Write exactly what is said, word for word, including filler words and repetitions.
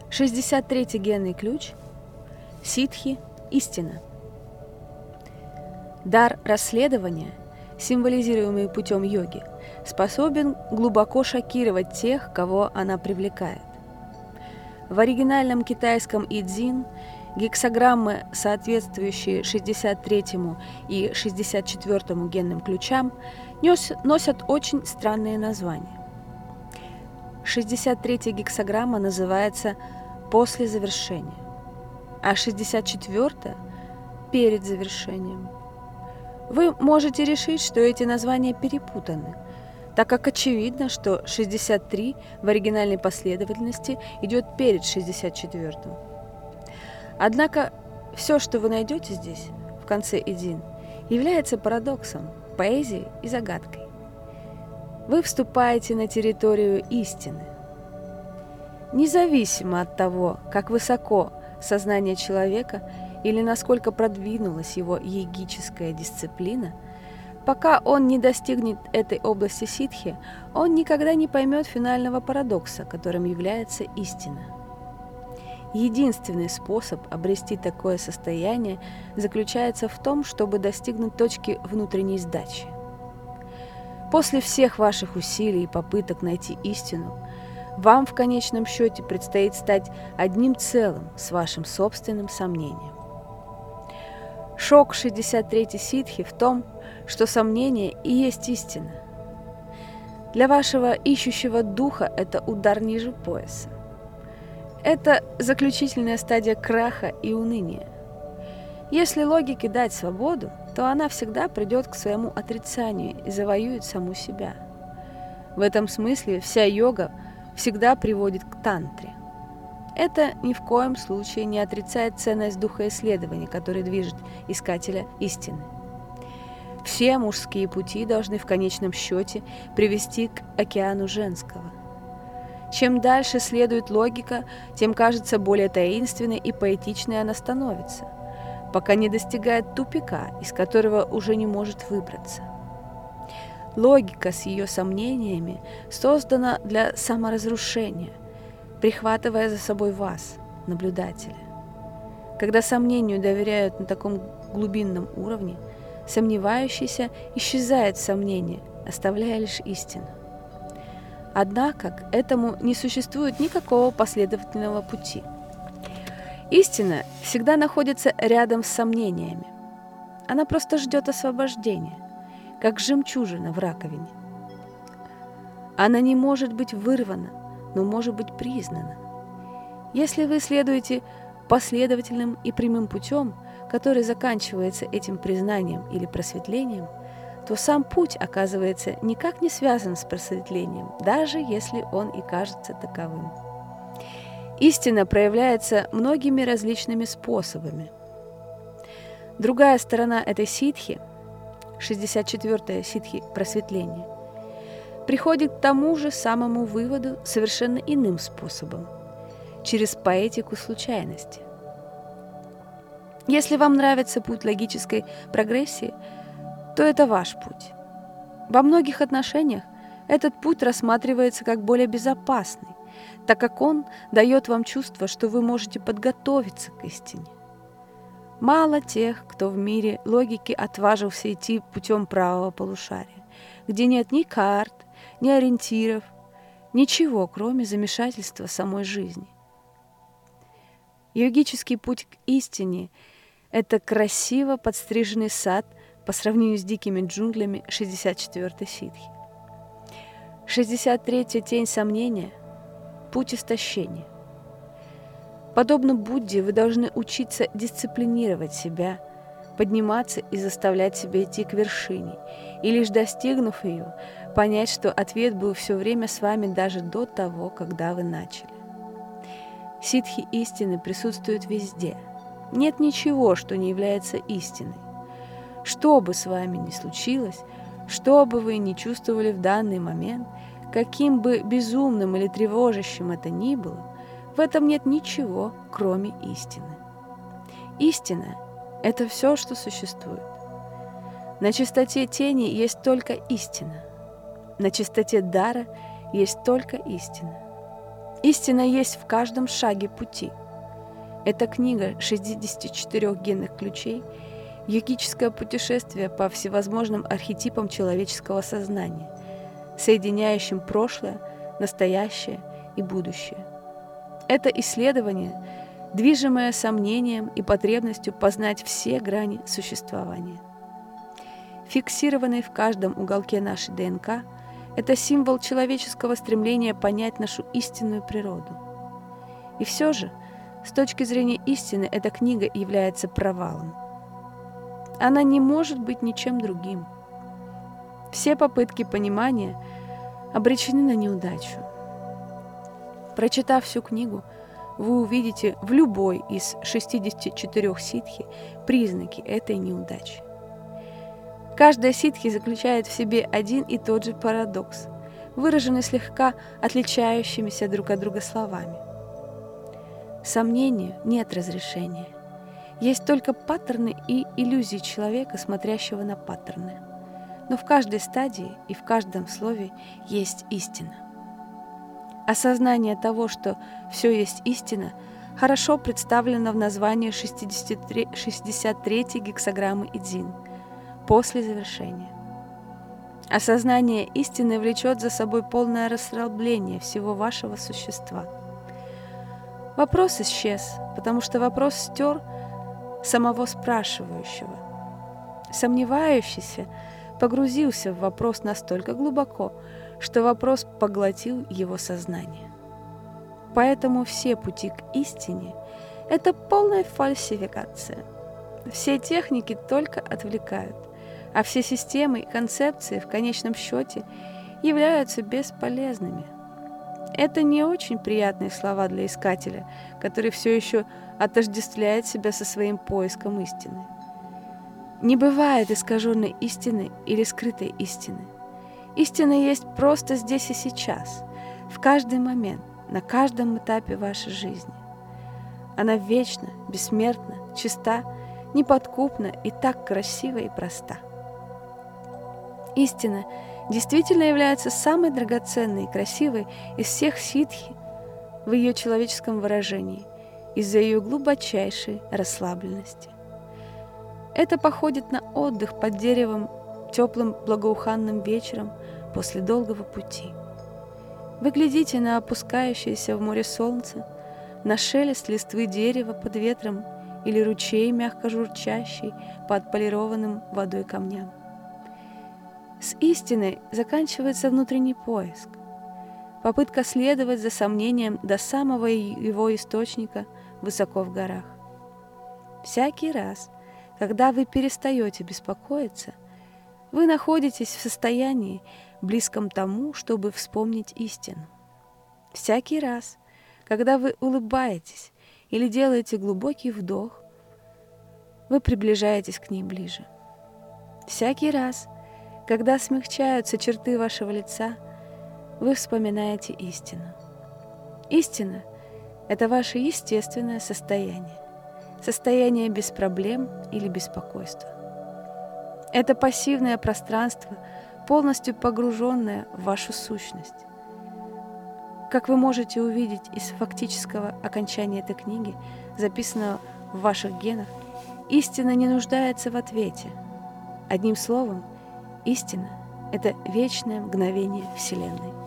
шестьдесят третий генный ключ – ситхи – истина. Дар расследования, символизируемый путем йоги, способен глубоко шокировать тех, кого она привлекает. В оригинальном китайском идзин гексаграммы, соответствующие шестьдесят третьему и шестьдесят четвёртому генным ключам, носят очень странные названия. шестьдесят третья гексаграмма называется «после завершения», а шестьдесят четвёртая – «перед завершением». Вы можете решить, что эти названия перепутаны, так как очевидно, что шестьдесят три в оригинальной последовательности идет перед шестьдесят четвёртым. Однако все, что вы найдете здесь, в конце идзин, является парадоксом, поэзией и загадкой. Вы вступаете на территорию истины. Независимо от того, как высоко сознание человека или насколько продвинулась его йогическая дисциплина, пока он не достигнет этой области ситхи, он никогда не поймет финального парадокса, которым является истина. Единственный способ обрести такое состояние заключается в том, чтобы достигнуть точки внутренней сдачи. После всех ваших усилий и попыток найти истину, вам в конечном счете предстоит стать одним целым с вашим собственным сомнением. Шок шестьдесят третьей ситхи в том, что сомнение и есть истина. Для вашего ищущего духа это удар ниже пояса. Это заключительная стадия краха и уныния. Если логике дать свободу, то она всегда придет к своему отрицанию и завоюет саму себя. В этом смысле вся йога всегда приводит к тантре. Это ни в коем случае не отрицает ценность духа исследования, который движет искателя истины. Все мужские пути должны в конечном счете привести к океану женского. Чем дальше следует логика, тем кажется более таинственной и поэтичной она становится, пока не достигает тупика, из которого уже не может выбраться. Логика с ее сомнениями создана для саморазрушения, прихватывая за собой вас, наблюдателя. Когда сомнению доверяют на таком глубинном уровне, сомневающийся исчезает в сомнении, оставляя лишь истину. Однако к этому не существует никакого последовательного пути. Истина всегда находится рядом с сомнениями. Она просто ждет освобождения, как жемчужина в раковине. Она не может быть вырвана, но может быть признана. Если вы следуете последовательным и прямым путем, который заканчивается этим признанием или просветлением, то сам путь оказывается никак не связан с просветлением, даже если он и кажется таковым. Истина проявляется многими различными способами. Другая сторона этой ситхи, шестьдесят четвёртая ситхи просветления, приходит к тому же самому выводу совершенно иным способом, через поэтику случайности. Если вам нравится путь логической прогрессии, то это ваш путь. Во многих отношениях этот путь рассматривается как более безопасный, так как он дает вам чувство, что вы можете подготовиться к истине. Мало тех, кто в мире логики отважился идти путем правого полушария, где нет ни карт, ни ориентиров, ничего, кроме замешательства самой жизни. Йогический путь к истине – это красиво подстриженный сад по сравнению с дикими джунглями шестьдесят четвёртой ситхи. шестьдесят третья тень сомнения – путь истощения. Подобно Будде, вы должны учиться дисциплинировать себя, подниматься и заставлять себя идти к вершине, и лишь достигнув ее, понять, что ответ был все время с вами даже до того, когда вы начали. Ситхи истины присутствуют везде. Нет ничего, что не является истиной. Что бы с вами ни случилось, что бы вы ни чувствовали в данный момент, каким бы безумным или тревожащим это ни было, в этом нет ничего, кроме истины. Истина – это все, что существует. На чистоте тени есть только истина. На чистоте дара есть только истина. Истина есть в каждом шаге пути. Эта книга шестидесяти четырёх генных ключей – йогическое путешествие по всевозможным архетипам человеческого сознания, соединяющим прошлое, настоящее и будущее. Это исследование, движимое сомнением и потребностью познать все грани существования. Фиксированный в каждом уголке нашей ДНК – это символ человеческого стремления понять нашу истинную природу. И все же, с точки зрения истины, эта книга является провалом. Она не может быть ничем другим. Все попытки понимания обречены на неудачу. Прочитав всю книгу, вы увидите в любой из шестидесяти четырёх ситхи признаки этой неудачи. Каждая ситхи заключает в себе один и тот же парадокс, выраженный слегка отличающимися друг от друга словами. Сомнению нет разрешения. Есть только паттерны и иллюзии человека, смотрящего на паттерны. Но в каждой стадии и в каждом слове есть истина. Осознание того, что все есть истина, хорошо представлено в названии шестьдесят третьей гексаграммы Идзин «После завершения». Осознание истины влечет за собой полное расслабление всего вашего существа. Вопрос исчез, потому что вопрос стер самого спрашивающего. Сомневающийся погрузился в вопрос настолько глубоко, что вопрос поглотил его сознание. Поэтому все пути к истине – это полная фальсификация. Все техники только отвлекают, а все системы и концепции в конечном счете являются бесполезными. Это не очень приятные слова для искателя, который все еще отождествляет себя со своим поиском истины. Не бывает искаженной истины или скрытой истины. Истина есть просто здесь и сейчас, в каждый момент, на каждом этапе вашей жизни. Она вечна, бессмертна, чиста, неподкупна и так красива и проста. Истина действительно является самой драгоценной и красивой из всех ситхи в ее человеческом выражении, из-за ее глубочайшей расслабленности. Это походит на отдых под деревом теплым благоуханным вечером после долгого пути. Вы глядите на опускающееся в море солнце, на шелест листвы дерева под ветром или ручей, мягко журчащий по отполированным водой камням. С истиной заканчивается внутренний поиск, попытка следовать за сомнением до самого его источника высоко в горах. Всякий раз, когда вы перестаете беспокоиться, вы находитесь в состоянии, близком тому, чтобы вспомнить истину. Всякий раз, когда вы улыбаетесь или делаете глубокий вдох, вы приближаетесь к ней ближе. Всякий раз, когда смягчаются черты вашего лица, вы вспоминаете истину. Истина – это ваше естественное состояние, состояние без проблем или беспокойства. Это пассивное пространство, полностью погруженное в вашу сущность. Как вы можете увидеть из фактического окончания этой книги, записанного в ваших генах, истина не нуждается в ответе. Одним словом, истина – это вечное мгновение Вселенной.